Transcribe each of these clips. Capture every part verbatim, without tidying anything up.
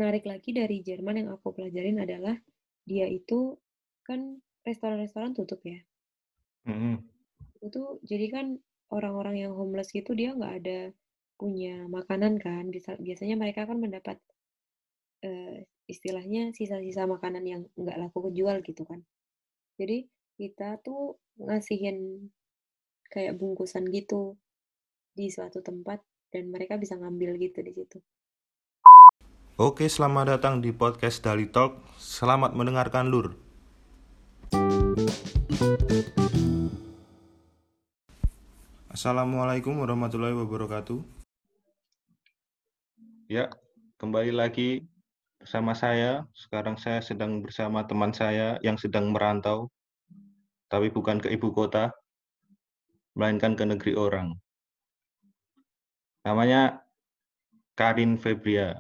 menarik lagi dari Jerman yang aku pelajarin adalah dia itu kan restoran-restoran tutup ya. Mm-mm. Itu tuh jadi kan orang-orang yang homeless gitu dia nggak ada punya makanan kan. Bisa, biasanya mereka kan mendapat eh, istilahnya sisa-sisa makanan yang nggak laku kejual gitu kan. Jadi kita tuh ngasihin kayak bungkusan gitu di suatu tempat dan mereka bisa ngambil gitu di situ. Oke, selamat datang di podcast Dali Talk. Selamat mendengarkan, Lur. Assalamualaikum warahmatullahi wabarakatuh. Ya, kembali lagi bersama saya. Sekarang saya sedang bersama teman saya yang sedang merantau, tapi bukan ke ibu kota, melainkan ke negeri orang. Namanya Karin Febria.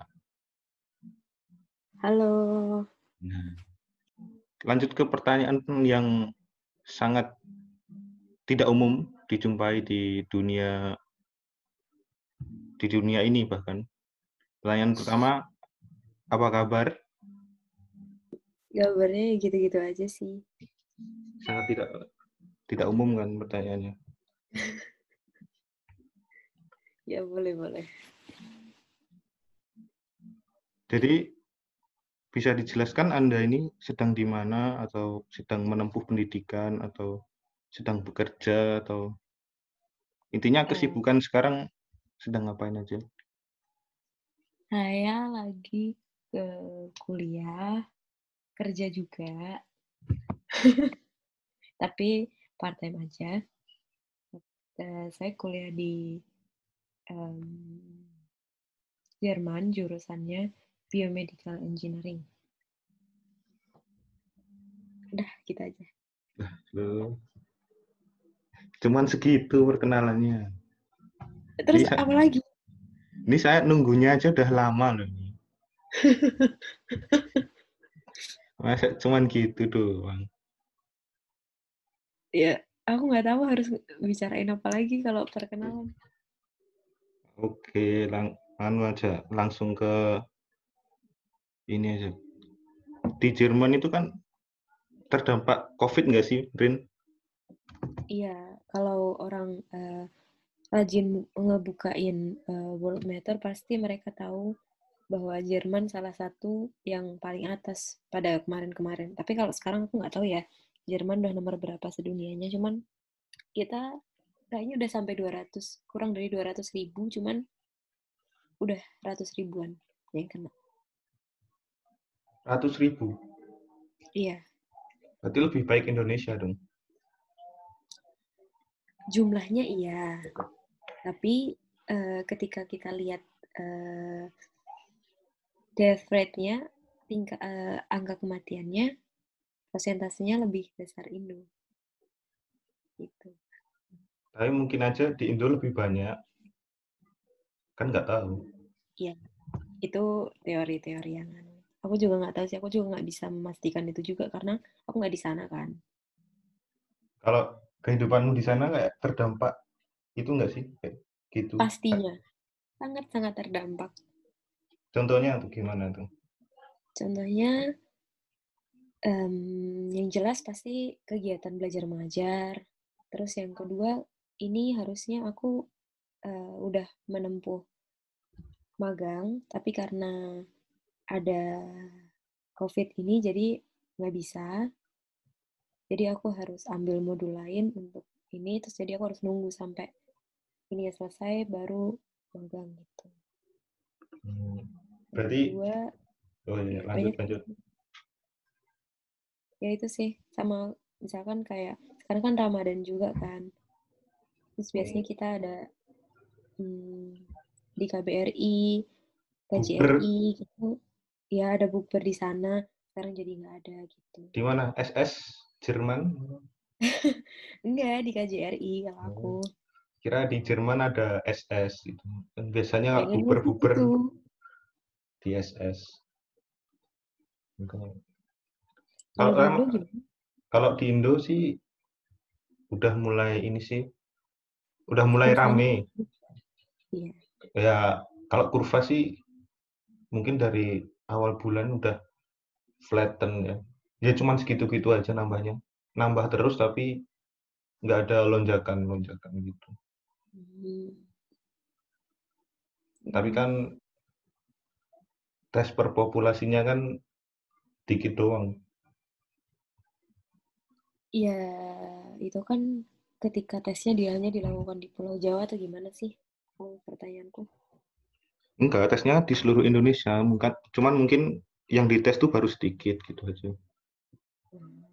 Halo. Nah, lanjut ke pertanyaan yang sangat tidak umum dijumpai di dunia di dunia ini bahkan. Pertanyaan pertama, apa kabar? Gambarnya gitu-gitu aja sih. Sangat tidak tidak umum kan pertanyaannya. Ya boleh-boleh. Jadi bisa dijelaskan Anda ini sedang di mana atau sedang menempuh pendidikan atau sedang bekerja atau intinya Eh, kesibukan sekarang sedang ngapain aja? saya lagi ke kuliah, kerja juga, tapi part time aja. Eh, saya kuliah di em, Jerman, jurusannya Biomedical Engineering. Udah, gitu aja. Loh, cuman segitu perkenalannya. Ini Terus saya, apa lagi? ini saya nunggunya aja udah lama loh ini. Masa cuman gitu doang. Ya, aku nggak tahu harus bicarain apa lagi kalau perkenalan. Oke, lang anu aja langsung ke ini aja. Di Jerman itu kan terdampak COVID nggak sih, Rin? Iya, kalau orang eh, rajin ngebukain eh, Worldmeter pasti mereka tahu bahwa Jerman salah satu yang paling atas pada kemarin-kemarin. Tapi kalau sekarang aku nggak tahu ya, Jerman udah nomor berapa sedunianya. Cuman kita kayaknya udah sampai dua ratus, kurang dari dua ratus ribu, cuman udah ratus ribuan yang kena. Ratus ribu. Iya, Berarti lebih baik Indonesia dong. jumlahnya iya. Tapi eh, ketika kita lihat eh, death rate-nya, tingkat eh, angka kematiannya, persentasenya lebih besar Indo. Gitu. Tapi mungkin aja di Indo lebih banyak, kan nggak tahu. Iya, itu teori-teori yang anu. Aku juga nggak tahu sih, aku juga nggak bisa memastikan itu juga karena aku nggak di sana kan. Kalau kehidupanmu di sana kayak terdampak itu nggak sih? Kayak gitu. Pastinya, sangat-sangat terdampak. Contohnya tuh gimana tuh? Contohnya, em, yang jelas pasti kegiatan belajar mengajar. Terus yang kedua, ini harusnya aku eh, udah menempuh magang, tapi karena ada COVID ini jadi nggak bisa. Jadi aku harus ambil modul lain untuk ini, terus jadi aku harus nunggu sampai ini ya selesai baru magang gitu. Hmm, Yang berarti, kedua, oh iya, ya lanjut banyak lanjut. ya itu sih sama misalkan kayak sekarang kan Ramadan juga kan. Terus biasanya Hmm, kita ada hmm, di K B R I, Bukber K J R I gitu. Ya ada bukber di sana. Sekarang jadi nggak ada gitu. di mana? S S Jerman? Enggak di K J R I kalau aku. Oh, kira di Jerman ada S S itu. Kan biasanya Kayaknya di masjid bukber-bukber itu. di S S. Kalau Kalau di em- Indo gimana? kalau di Indo sih udah mulai ini sih, udah mulai Kurvanya rame. iya. Ya kalau kurva sih mungkin dari awal bulan udah flatten ya. Ya cuman segitu-gitu aja nambahnya. Nambah terus tapi nggak ada lonjakan-lonjakan gitu. Hmm, Tapi kan ya, tes per populasinya kan dikit doang. ya itu kan ketika tesnya dia hanya dilakukan di Pulau Jawa atau gimana sih? Oh, pertanyaanku. Enggak, tesnya di seluruh Indonesia. Mungkin, cuman mungkin yang dites tuh baru sedikit gitu aja. Hmm.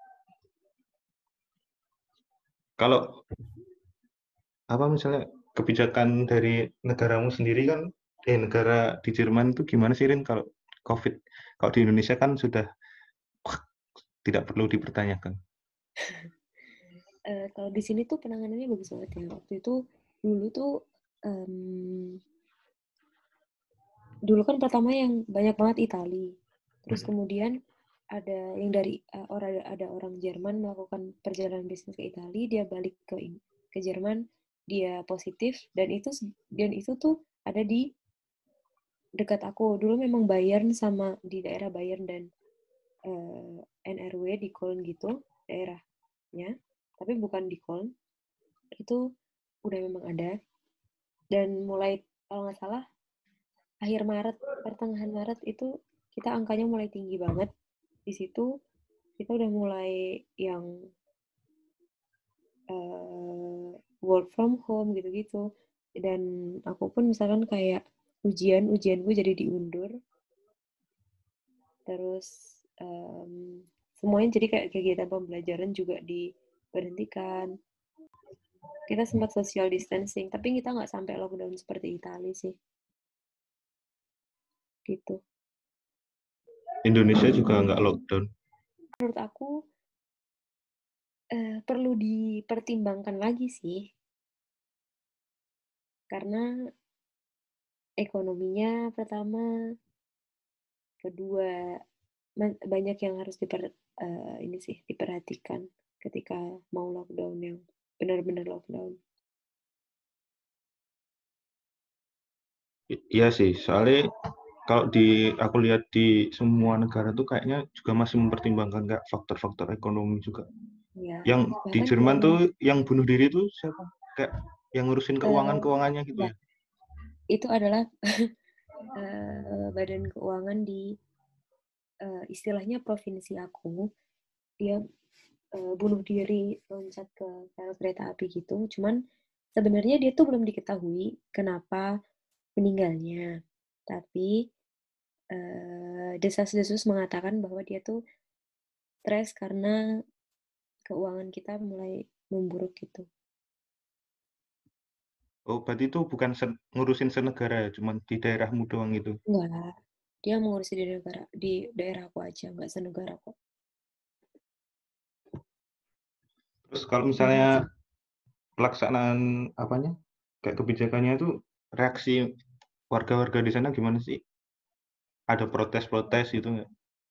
Kalau apa misalnya kebijakan dari negaramu sendiri kan, eh negara di Jerman itu gimana sih Rin kalau COVID? Kalau di Indonesia kan sudah tidak perlu dipertanyakan. Eh, kalau di sini tuh penanganannya bagus banget ya. Waktu itu dulu tuh em, dulu kan pertama yang banyak banget Itali. Terus kemudian ada yang dari uh, orang ada orang Jerman melakukan perjalanan bisnis ke Itali, dia balik ke ke Jerman, dia positif dan itu dan itu tuh ada di dekat aku. Dulu memang Bayern sama di daerah Bayern dan uh, N R W di Köln gitu daerahnya, tapi bukan di Köln. Itu udah memang ada dan mulai kalau nggak salah akhir Maret, pertengahan Maret itu kita angkanya mulai tinggi banget. Di situ kita udah mulai yang uh, work from home gitu-gitu. Dan aku pun misalkan kayak ujian, ujian gue jadi diundur. Terus um, semuanya jadi kayak kegiatan pembelajaran juga diberhentikan. Kita sempat social distancing, tapi kita nggak sampai lockdown seperti Italia sih. Gitu. Indonesia juga nggak lockdown. Menurut aku eh, perlu dipertimbangkan lagi sih, karena ekonominya pertama, kedua banyak yang harus diper uh, ini sih diperhatikan ketika mau lockdown yang benar-benar lockdown. Iya sih, soalnya kalau di aku lihat di semua negara tuh kayaknya juga masih mempertimbangkan kayak faktor-faktor ekonomi juga. Ya, Yang di bahkan Jerman Jerman tuh yang bunuh diri tuh siapa? Kayak yang ngurusin uh, keuangan-keuangannya gitu ya ya. itu adalah uh, badan keuangan di uh, istilahnya provinsi aku. Dia uh, bunuh diri loncat ke rel kereta api gitu. Cuman sebenarnya dia tuh belum diketahui kenapa meninggalnya. Tapi uh, desas-desus mengatakan bahwa dia tuh stres karena keuangan kita mulai memburuk gitu. Oh, berarti itu bukan se ngurusin senegara ya, cuman di daerahmu doang gitu. Enggak, dia mengurusi di negara di daerah aku aja, enggak senegara kok. Terus kalau Gimana misalnya sih? pelaksanaan apanya, kayak kebijakannya itu reaksi warga-warga di sana gimana sih? Ada protes-protes gitu nggak?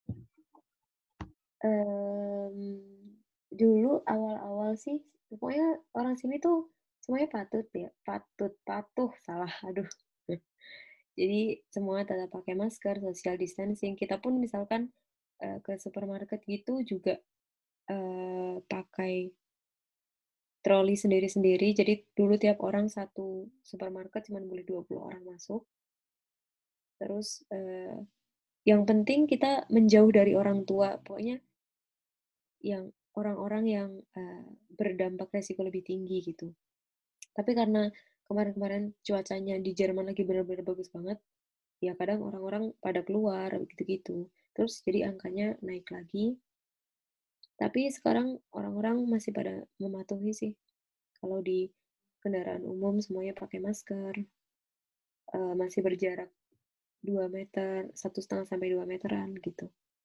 Um, dulu awal-awal sih, pokoknya orang sini tuh semuanya patut ya, patut, patuh, salah, aduh. Jadi semua tetap pakai masker, social distancing. Kita pun misalkan uh, ke supermarket gitu juga uh, pakai troli sendiri-sendiri. Jadi dulu tiap orang satu supermarket cuma boleh dua puluh orang masuk. Terus uh, yang penting kita menjauh dari orang tua. Pokoknya yang orang-orang yang uh, berdampak resiko lebih tinggi gitu. Tapi karena kemarin-kemarin cuacanya di Jerman lagi benar-benar bagus banget, ya kadang orang-orang pada keluar gitu-gitu. Terus jadi angkanya naik lagi. Tapi sekarang orang-orang masih pada mematuhi sih. Kalau di kendaraan umum semuanya pakai masker, uh, masih berjarak dua meter, satu setengah sampai dua meteran gitu.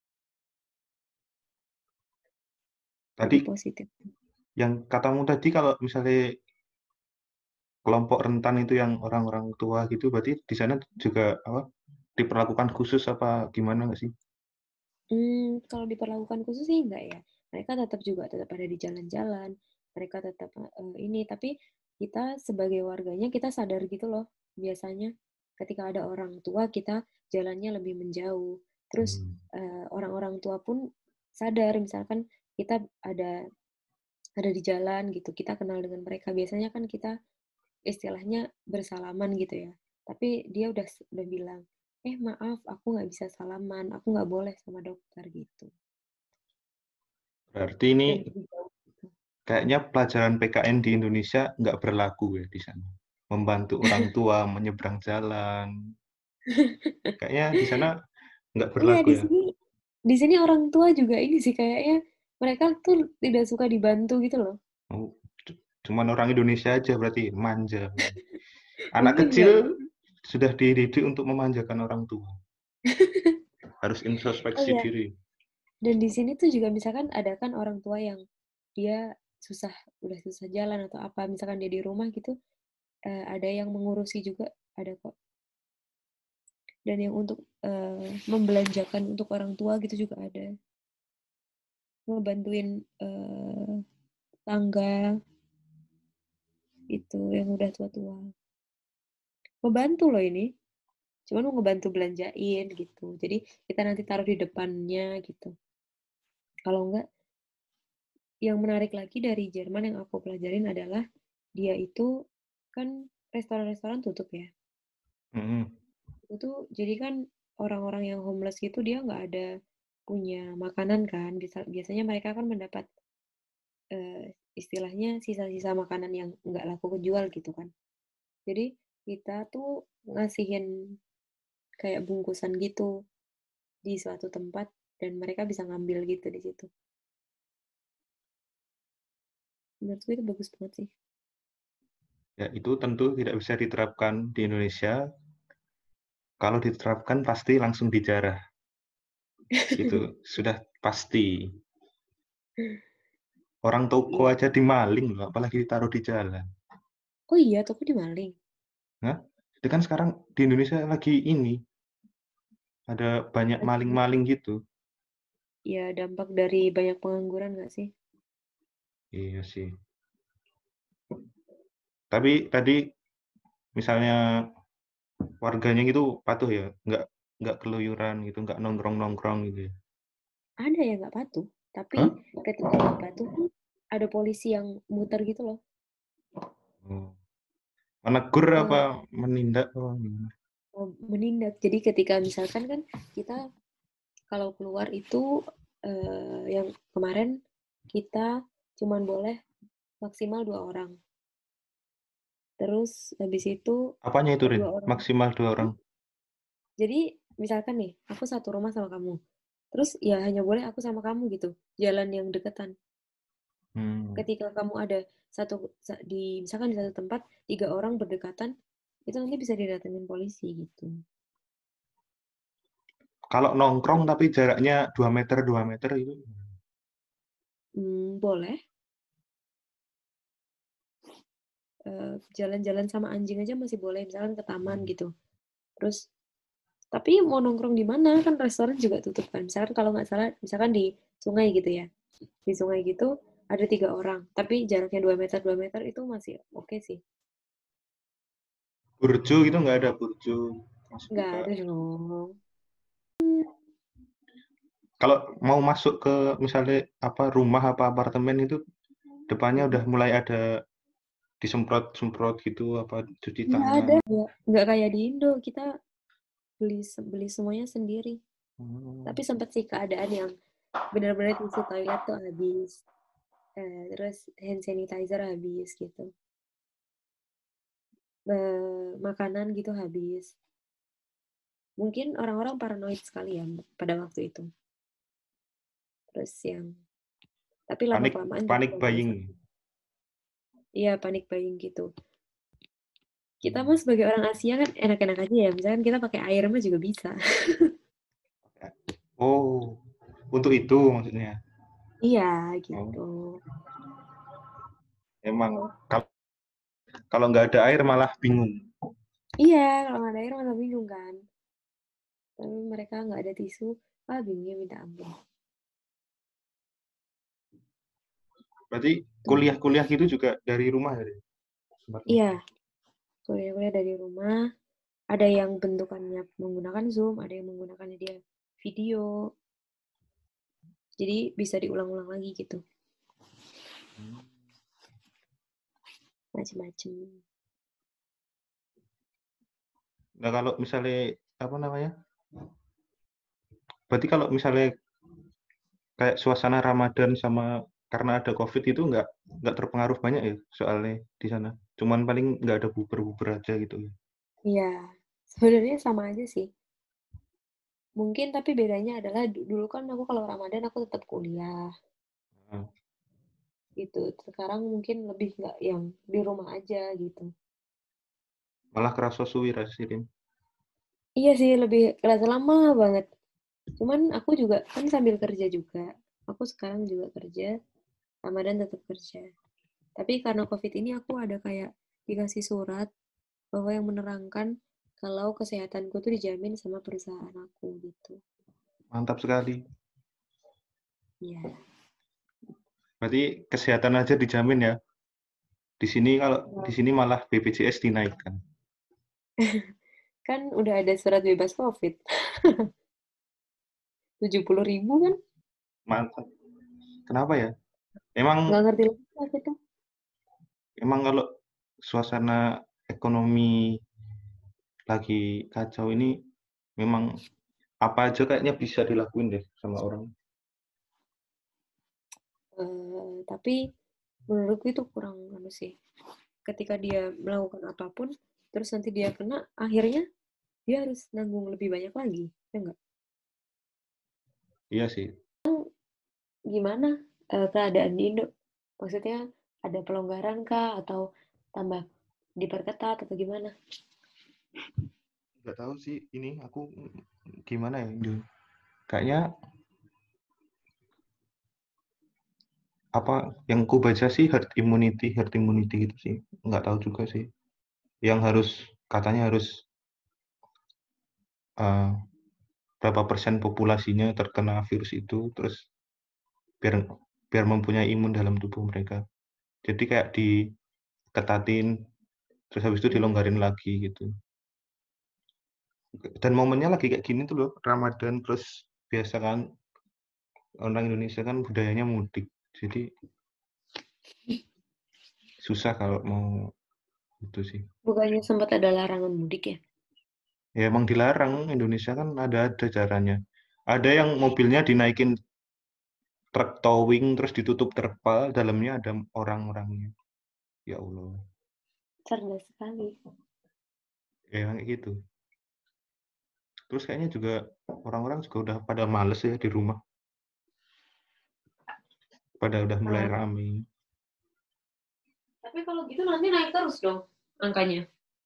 Jadi Tadi positif. yang katamu tadi kalau misalnya kelompok rentan itu yang orang-orang tua gitu, berarti di sana juga apa, diperlakukan khusus apa gimana nggak sih? Hmm, kalau diperlakukan khusus sih enggak ya. Mereka tetap juga tetap ada di jalan-jalan. Mereka tetap uh, ini, tapi kita sebagai warganya kita sadar gitu loh biasanya. ketika ada orang tua kita jalannya lebih menjauh. Terus Hmm. uh, orang-orang tua pun sadar misalkan kita ada ada di jalan gitu, kita kenal dengan mereka. Biasanya kan kita istilahnya bersalaman gitu ya. Tapi dia udah udah bilang, eh maaf aku nggak bisa salaman, aku nggak boleh sama dokter gitu. Berarti ini Dan lebih jauh gitu. kayaknya pelajaran P K N di Indonesia nggak berlaku ya di sana. Membantu orang tua menyeberang jalan. Kayaknya di sana nggak Iya berlaku di ya. sini di sini orang tua juga ini sih kayaknya mereka tuh tidak suka dibantu gitu loh. Oh, cuman orang Indonesia aja berarti manja. Anak Mungkin enggak ya. kecil sudah dididik untuk memanjakan orang tua. Harus Oh introspeksi iya, diri. dan di sini tuh juga misalkan ada kan orang tua yang dia susah, udah susah jalan atau apa, misalkan dia di rumah gitu, eh, ada yang mengurusi juga, ada kok. Dan yang untuk eh, membelanjakan untuk orang tua gitu juga ada. Ngebantuin eh, tangga itu yang udah tua-tua. Ngebantu loh ini. Cuman mau ngebantu belanjain gitu. Jadi kita nanti taruh di depannya gitu. Kalau enggak, yang menarik lagi dari Jerman yang aku pelajarin adalah dia itu kan restoran-restoran tutup ya. Hmm. Itu jadi kan orang-orang yang homeless gitu dia nggak ada punya makanan kan. Biasanya mereka kan mendapat eh, istilahnya sisa-sisa makanan yang nggak laku kejual gitu kan. Jadi kita tuh ngasihin kayak bungkusan gitu di suatu tempat dan mereka bisa ngambil gitu di situ. Menurutku itu bagus banget sih. Ya, itu tentu tidak bisa diterapkan di Indonesia. Kalau diterapkan pasti langsung dijarah. Itu sudah pasti. Orang toko Iya. aja dimaling loh, apalagi ditaruh di jalan. Oh iya, toko dimaling. Nah, itu kan sekarang di Indonesia lagi ini, ada banyak Lagi, maling-maling gitu. ya dampak dari banyak pengangguran nggak sih? Iya sih. Tapi tadi misalnya warganya gitu patuh ya, nggak nggak keluyuran gitu, nggak nongkrong-nongkrong gitu ya. Ada yang nggak patuh, tapi Hah? ketika nggak patuh tuh ada polisi yang muter gitu loh. Oh. Menegur apa Eh, menindak apa gimana? oh, menindak. Jadi ketika misalkan kan kita kalau keluar itu eh, yang kemarin kita cuman boleh maksimal dua orang. Terus habis itu Apanya itu, Rin? dua orang. Maksimal dua orang. Hah? Jadi misalkan nih, aku satu rumah sama kamu. Terus ya hanya boleh aku sama kamu gitu, jalan yang deketan. Hmm. Ketika kamu ada satu di misalkan di satu tempat tiga orang berdekatan, itu nanti bisa didatengin polisi gitu. Kalau nongkrong tapi jaraknya dua meter dua meter itu. Hmm, boleh. Eh, jalan-jalan sama anjing aja masih boleh, misalkan ke taman Hmm. gitu. Terus tapi mau nongkrong di mana kan restoran juga tutup kan. Misalkan kalau nggak salah, misalkan di sungai gitu ya. Di sungai gitu ada tiga orang, tapi jaraknya dua meter dua meter itu masih oke okay sih. Burjo itu nggak ada burjo. Masih Nggak buka. ada dong. Kalau mau masuk ke misalnya apa rumah apa apartemen itu depannya udah Mm-mm. mulai ada disemprot-semprot gitu apa cuci Nggak tangan. ada, nggak, nggak kayak di Indo. Kita beli beli semuanya sendiri. Hmm. Tapi sempat sih keadaan yang benar-benar tisu toilet tuh habis, eh, terus hand sanitizer habis gitu, eh, makanan gitu habis. Mungkin orang-orang paranoid sekali ya pada waktu itu. Terus yang tapi lama Panik kelamaan juga panik normalisasi. buying. Iya panik buying gitu. Kita Hmm. mah sebagai orang Asia kan enak-enak aja ya. Misalkan kita pakai air mah juga bisa. Oh, untuk itu maksudnya. Iya Oh, gitu. emang kalau kalau nggak ada air malah bingung. Iya kalau nggak ada air malah bingung kan. Tapi mereka nggak ada tisu, ah bingungnya minta ampun. Berarti Tuh. kuliah-kuliah gitu juga dari rumah ya? Rin? Tempatnya. Iya, kuliah-kuliah dari rumah. Ada yang bentukannya menggunakan Zoom, ada yang menggunakannya dia video. Jadi bisa diulang-ulang lagi gitu. Macem-macem. Nah kalau misalnya apa namanya? Berarti kalau misalnya kayak suasana Ramadan sama karena ada COVID itu nggak nggak terpengaruh banyak ya soalnya di sana. Cuman paling nggak ada buber-buber aja gitu ya. Iya, sebenarnya sama aja sih. Mungkin tapi bedanya adalah dulu kan aku kalau Ramadan aku tetap kuliah Nah, gitu. Sekarang mungkin lebih nggak yang di rumah aja gitu. malah kerasa suwi rasirin. Iya sih lebih kerasa lama banget. Cuman aku juga kan sambil kerja juga. Aku sekarang juga kerja, Ramadan tetap kerja. Tapi karena COVID ini aku ada kayak dikasih surat bahwa yang menerangkan kalau kesehatanku tuh dijamin sama perusahaan aku gitu. Mantap sekali. Iya. Berarti kesehatan aja dijamin ya. Di sini kalau di sini malah B P J S dinaikkan. Kan udah ada surat bebas COVID. Tujuh puluh ribu kan? Mantap. Kenapa ya? Emang Nggak ngerti lagi lah kita. emang kalau suasana ekonomi lagi kacau ini memang apa aja kayaknya bisa dilakuin deh sama orang. Eh, tapi menurutku itu kurang anu sih. Ketika dia melakukan apapun, terus nanti dia kena, akhirnya dia harus nanggung lebih banyak lagi. Ya enggak? Iya sih. Gimana eh, keadaan di Indo? Maksudnya ada pelonggaran kah atau tambah diperketat atau gimana? Nggak tahu sih ini aku gimana ya Indo. Kayaknya apa yang ku baca sih herd immunity, herd immunity gitu sih. Nggak tahu juga sih. Yang harus katanya harus uh, berapa persen populasinya terkena virus itu, terus biar biar mempunyai imun dalam tubuh mereka. Jadi kayak diketatin, terus habis itu Hmm. dilonggarin lagi gitu. Dan momennya lagi kayak gini tuh loh, Ramadan, terus biasa kan orang Indonesia kan budayanya mudik. Jadi susah kalau mau itu sih. Bukannya sempat ada larangan mudik ya? Ya emang dilarang, Indonesia kan ada ada caranya. Ada yang mobilnya dinaikin truk towing terus ditutup terpal, dalamnya ada orang-orangnya. Ya Allah. Cerdas sekali. Ya emang kayak gitu. Terus kayaknya juga orang-orang juga udah pada males ya di rumah. Pada udah mulai Ah, rame. tapi kalau gitu nanti naik terus dong angkanya.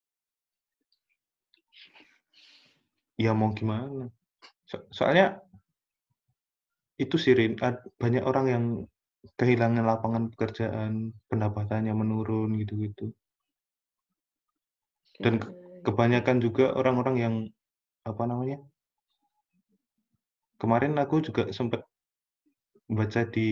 Ya mau gimana? So- soalnya itu sih Rin, ad- banyak orang yang kehilangan lapangan pekerjaan, pendapatannya menurun gitu-gitu. Dan ke- Hmm, kebanyakan juga orang-orang yang apa namanya? Kemarin aku juga sempat baca di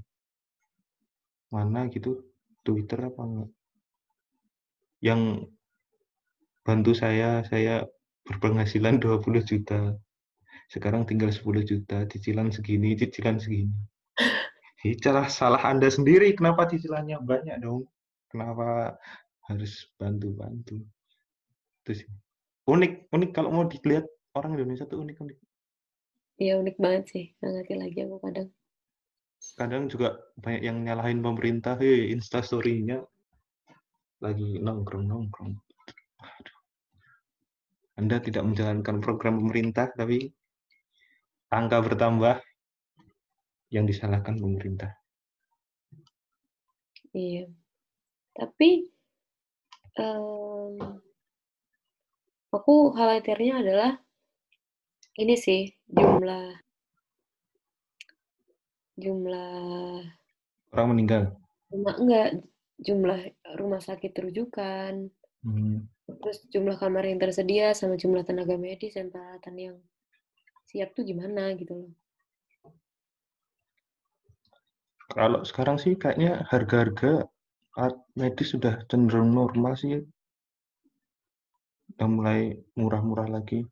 mana gitu, Twitter apa enggak, yang bantu saya, saya berpenghasilan dua puluh juta. Sekarang tinggal sepuluh juta, cicilan segini, cicilan segini. Ih, salah salah Anda sendiri, kenapa cicilannya banyak dong? Kenapa harus bantu-bantu? Itu sih. Unik, unik kalau mau dilihat orang Indonesia tuh unik-unik. iya unik banget sih. Nggak ngerti lagi aku kadang. Kadang juga banyak yang nyalahin pemerintah, hei, instastory-nya lagi nongkrong-nongkrong. Anda tidak menjalankan program pemerintah, tapi angka bertambah, yang disalahkan pemerintah. Iya. Tapi em, aku khawatirnya adalah ini sih jumlah jumlah Orang meninggal. rumah enggak jumlah rumah sakit rujukan, Hmm. terus jumlah kamar yang tersedia sama jumlah tenaga medis dan peralatan yang siap tuh gimana gitu loh. Kalau sekarang sih kayaknya harga-harga alat medis sudah cenderung normal sih. udah mulai murah-murah lagi.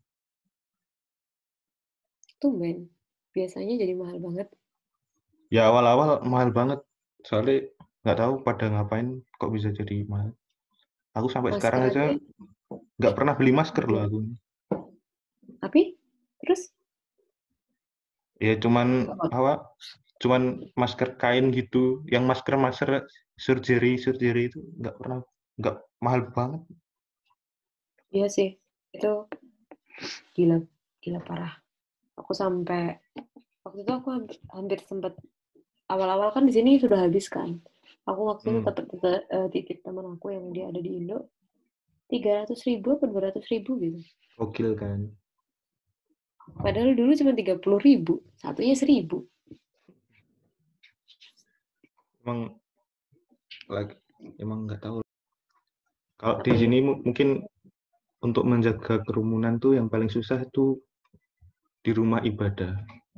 Tumben. Biasanya jadi mahal banget. Ya awal-awal mahal banget. Soalnya nggak tahu pada ngapain kok bisa jadi mahal. Aku sampai Masker sekarang aja aja nggak pernah beli masker loh dua. aku. Tapi terus Ya cuman apa? apa? Cuman masker kain gitu. Yang masker-masker surgery surgery itu nggak pernah, nggak mahal banget. Iya sih. Itu gila, gila parah. Aku sampai waktu itu aku hampir, hampir sempat awal-awal kan di sini sudah habis kan. Aku waktu itu Hmm, tetap uh, titip teman aku yang dia ada di Indo tiga ratus ribu atau dua ratus ribu gitu. gokil kan. Padahal dulu cuma tiga puluh ribu, satunya seribu. Emang lagi emang nggak tahu. Kalau di Tapi sini mungkin untuk menjaga kerumunan tuh yang paling susah itu di rumah ibadah.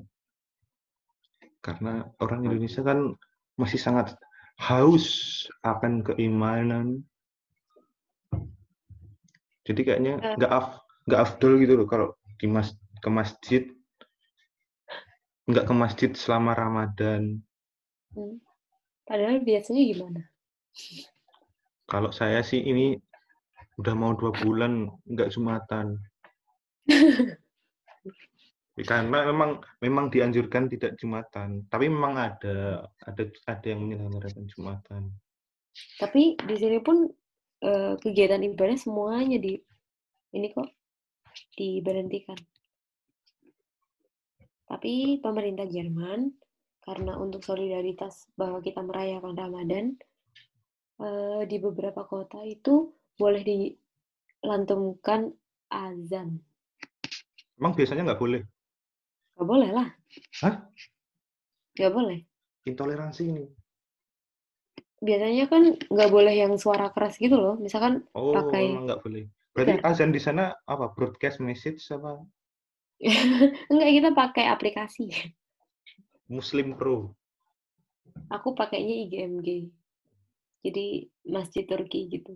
Karena orang Indonesia kan masih sangat haus akan keimanan. Jadi kayaknya uh, nggak af, nggak afdol gitu loh kalau di mas ke masjid, nggak ke masjid selama Ramadan. padahal biasanya gimana? Kalau saya sih ini udah mau dua bulan nggak Jumatan. Karena memang memang dianjurkan tidak Jumatan, tapi memang ada ada ada yang menyelenggarakan Jumatan. Tapi di sini pun uh, kegiatan ibadah semuanya di ini kok diberhentikan. Tapi pemerintah Jerman karena untuk solidaritas bahwa kita merayakan Ramadan uh, di beberapa kota itu boleh dilantunkan azan. Emang biasanya nggak boleh? Gak boleh lah, Hah? gak boleh. Intoleransi ini. Biasanya kan nggak boleh yang suara keras gitu loh. Misalkan Oh, pakai memang nggak boleh. Berarti speaker. azan di sana apa? Broadcast message apa? Enggak, kita pakai aplikasi. Muslim Pro. Aku pakainya I G M G. Jadi masjid Turki gitu.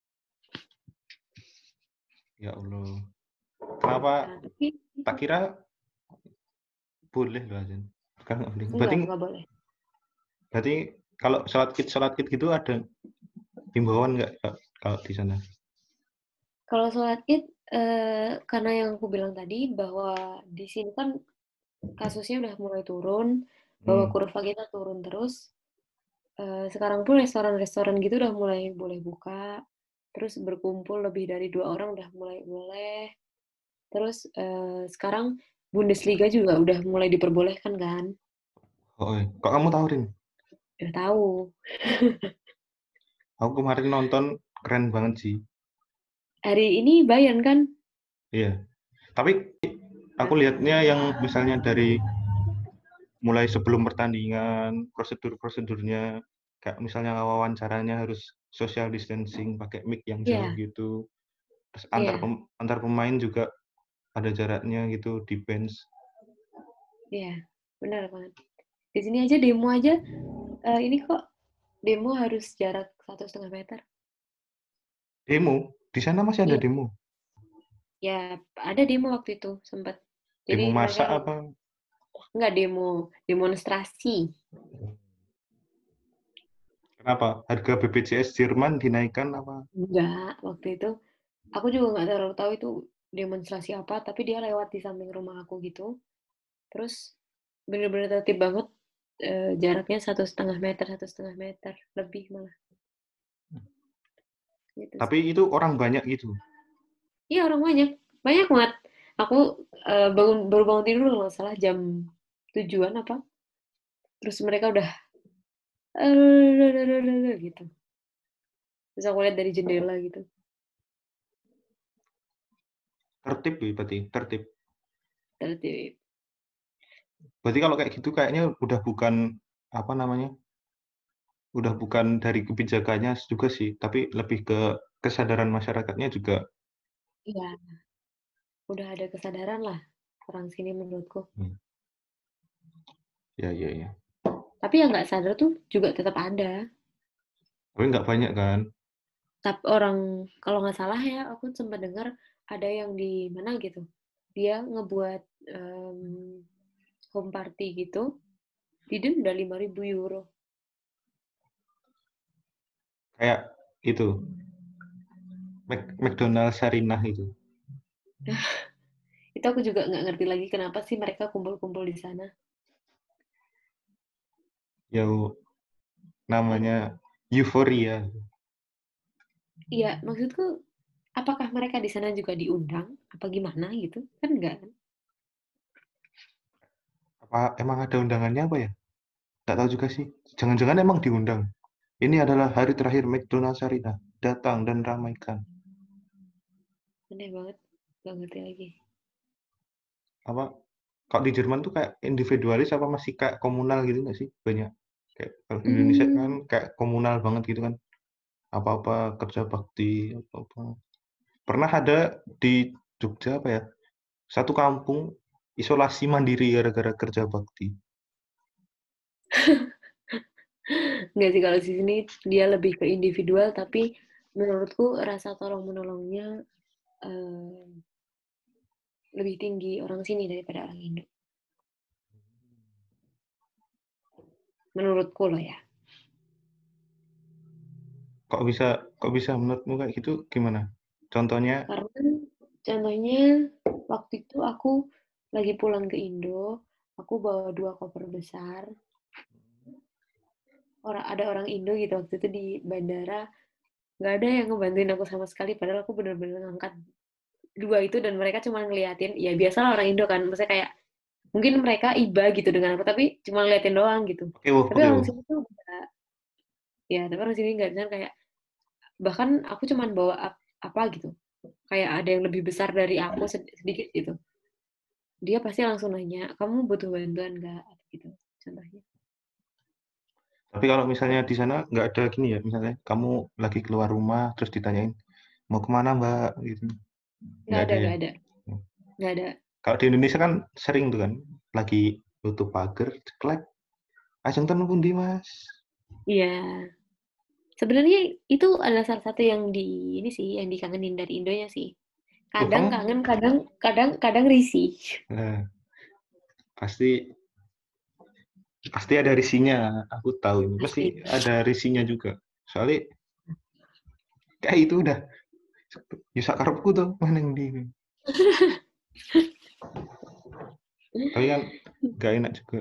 Ya Allah. Kenapa? Nah, tapi Tak kira boleh loh azan. Sekarang nggak boleh. enggak, Berarti enggak boleh. berarti kalau sholat id sholat id gitu ada himbauan nggak Kak, kalau di sana? Kalau sholat id, eh, karena yang aku bilang tadi bahwa di sini kan kasusnya udah mulai turun, bahwa Hmm. kurva kita turun terus. Eh, sekarang pun restoran-restoran gitu udah mulai boleh buka, terus berkumpul lebih dari dua orang udah mulai boleh. Terus eh, sekarang Bundesliga juga udah mulai diperbolehkan kan? Oh, iya. Kok kamu tahu Rin? Udah tahu. Aku kemarin nonton keren banget sih. Hari ini Bayern kan? Iya. Tapi aku lihatnya yang misalnya dari mulai sebelum pertandingan, prosedur-prosedurnya, kayak misalnya wawancaranya harus social distancing, pakai mic yang jauh Iya, gitu. Terus antar iya, pem- antar pemain juga ada jaraknya gitu di bench. iya, benar banget. Di sini aja demo aja, eh, ini kok demo harus jarak satu setengah meter. Demo, di sana masih ada Iya, demo. ya ada demo waktu itu sempat. Jadi Demo mereka massa apa? nggak demo, demonstrasi. Kenapa? Harga B P J S Jerman dinaikkan apa? Enggak, waktu itu aku juga nggak terlalu tahu itu demonstrasi apa, tapi dia lewat di samping rumah aku gitu. Terus bener-bener tertib banget, eh, jaraknya satu setengah meter, satu setengah meter lebih malah gitu Tapi sih. itu orang banyak gitu. Iya orang banyak, banyak banget. Aku eh, bangun baru bangun tidur kalau nggak salah jam tujuan apa. Terus mereka udah eh gitu. Terus aku lihat dari jendela gitu. Tertib ya berarti, tertib. Tertib. Berarti kalau kayak gitu kayaknya udah bukan apa namanya? Udah bukan dari kebijakannya juga sih, tapi lebih ke kesadaran masyarakatnya juga. Iya, udah ada kesadaran lah orang sini menurutku. Hmm. Ya, ya, ya. Tapi yang nggak sadar tuh juga tetap ada. Tapi nggak banyak kan? Tapi orang kalau nggak salah ya, aku sempat dengar ada yang di mana gitu, dia ngebuat um, home party gitu, didenda lima ribu euro. Kayak itu McDonald Sarinah itu. Itu aku juga nggak ngerti lagi kenapa sih mereka kumpul-kumpul di sana. Ya namanya euforia. Iya, maksudku apakah mereka di sana juga diundang apa gimana gitu? Kan enggak kan? Apa emang ada undangannya apa ya? Nggak tahu juga sih. Jangan-jangan emang diundang. Ini adalah hari terakhir McDonald Sarinah. Datang dan ramaikan. Aneh banget, nggak ngerti lagi. Apa? Kalau di Jerman tuh kayak individualis apa masih kayak komunal gitu nggak sih? Banyak. Kayak kalau di Indonesia kan Hmm, kayak komunal banget gitu kan. Apa-apa kerja bakti, apa-apa. Pernah ada di Jogja apa ya? Satu kampung isolasi mandiri gara-gara kerja bakti. nggak sih kalau di sini dia lebih ke individual, tapi menurutku rasa tolong menolongnya eh, lebih tinggi orang sini daripada orang Indo. Menurutku loh ya. Kok bisa kok bisa menurutmu kayak gitu gimana? Contohnya, Karena contohnya waktu itu aku lagi pulang ke Indo, aku bawa dua koper besar. Orang ada orang Indo gitu waktu itu di bandara, nggak ada yang ngebantuin aku sama sekali. Padahal aku bener-bener ngangkat dua itu dan mereka cuma ngeliatin. Ya biasalah orang Indo kan, maksudnya kayak mungkin mereka iba gitu dengan aku, tapi cuma ngeliatin doang gitu. oke woh, Tapi oke orang woh. sini tuh nggak, ya tapi orang sini nggak bisa kayak bahkan aku cuma bawa apa gitu. Kayak ada yang lebih besar dari aku sedikit gitu. Dia pasti langsung nanya, kamu butuh bantuan nggak? Gitu, contohnya. Tapi kalau misalnya di sana nggak ada gini ya, misalnya kamu lagi keluar rumah terus ditanyain mau kemana Mbak gitu. Nggak Nggak ada, ada ya. nggak ada, nggak ada. Kalau di Indonesia kan sering tuh kan, lagi tutup pagar, ceklek, ajeng tenu pundi Mas? Iya, sebenarnya itu adalah salah satu yang di ini sih, yang dikangenin dari Indonya sih. Loh Kadang kamu, kangen, kadang kadang kadang risih. nah, pasti pasti ada risinya. Aku tahu ini pasti Pasti. ada risinya juga. Soalnya kayak itu udah ya sakarepku tuh mana yang di. Tapi kan nggak enak juga.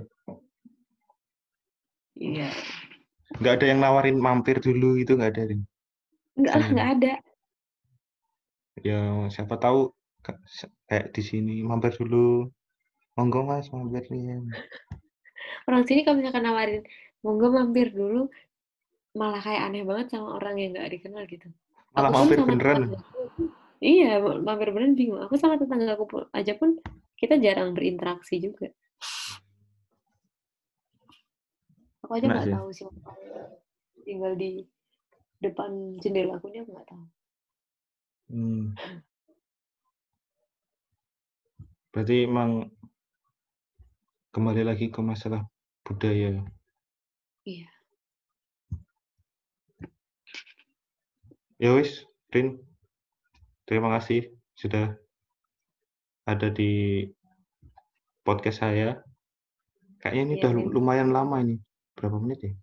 Iya. Nggak ada yang nawarin mampir dulu itu nggak ada di Enggak lah, sana. nggak ada. Ya siapa tahu kayak di sini mampir dulu. Monggo Mas mampir nih. Orang sini kalau misalkan nawarin, monggo mampir dulu, malah kayak aneh banget sama orang yang nggak dikenal gitu. Malah Aku pun mampir sama beneran. tetanggaku, iya, mampir beneran bingung. Aku sama tetanggaku pun- aja pun kita jarang berinteraksi juga. Aku aja Enak nggak sih. tahu siapa yang tinggal di depan jendela aku, dia aku nggak tahu. Hmm. Berarti emang kembali lagi ke masalah budaya. Iya, Ya wis, Rin, terima kasih sudah ada di podcast saya. Kayaknya ini iya, udah terima lumayan kasih. lama ini. Berapa menit ya?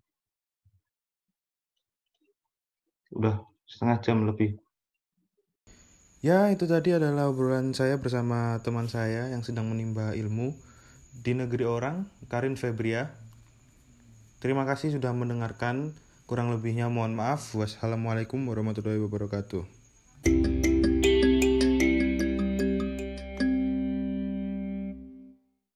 Udah setengah jam lebih. Ya, itu tadi adalah obrolan saya bersama teman saya yang sedang menimba ilmu di negeri orang, Karin Febria. Terima kasih sudah mendengarkan. Kurang lebihnya mohon maaf. Wassalamualaikum warahmatullahi wabarakatuh.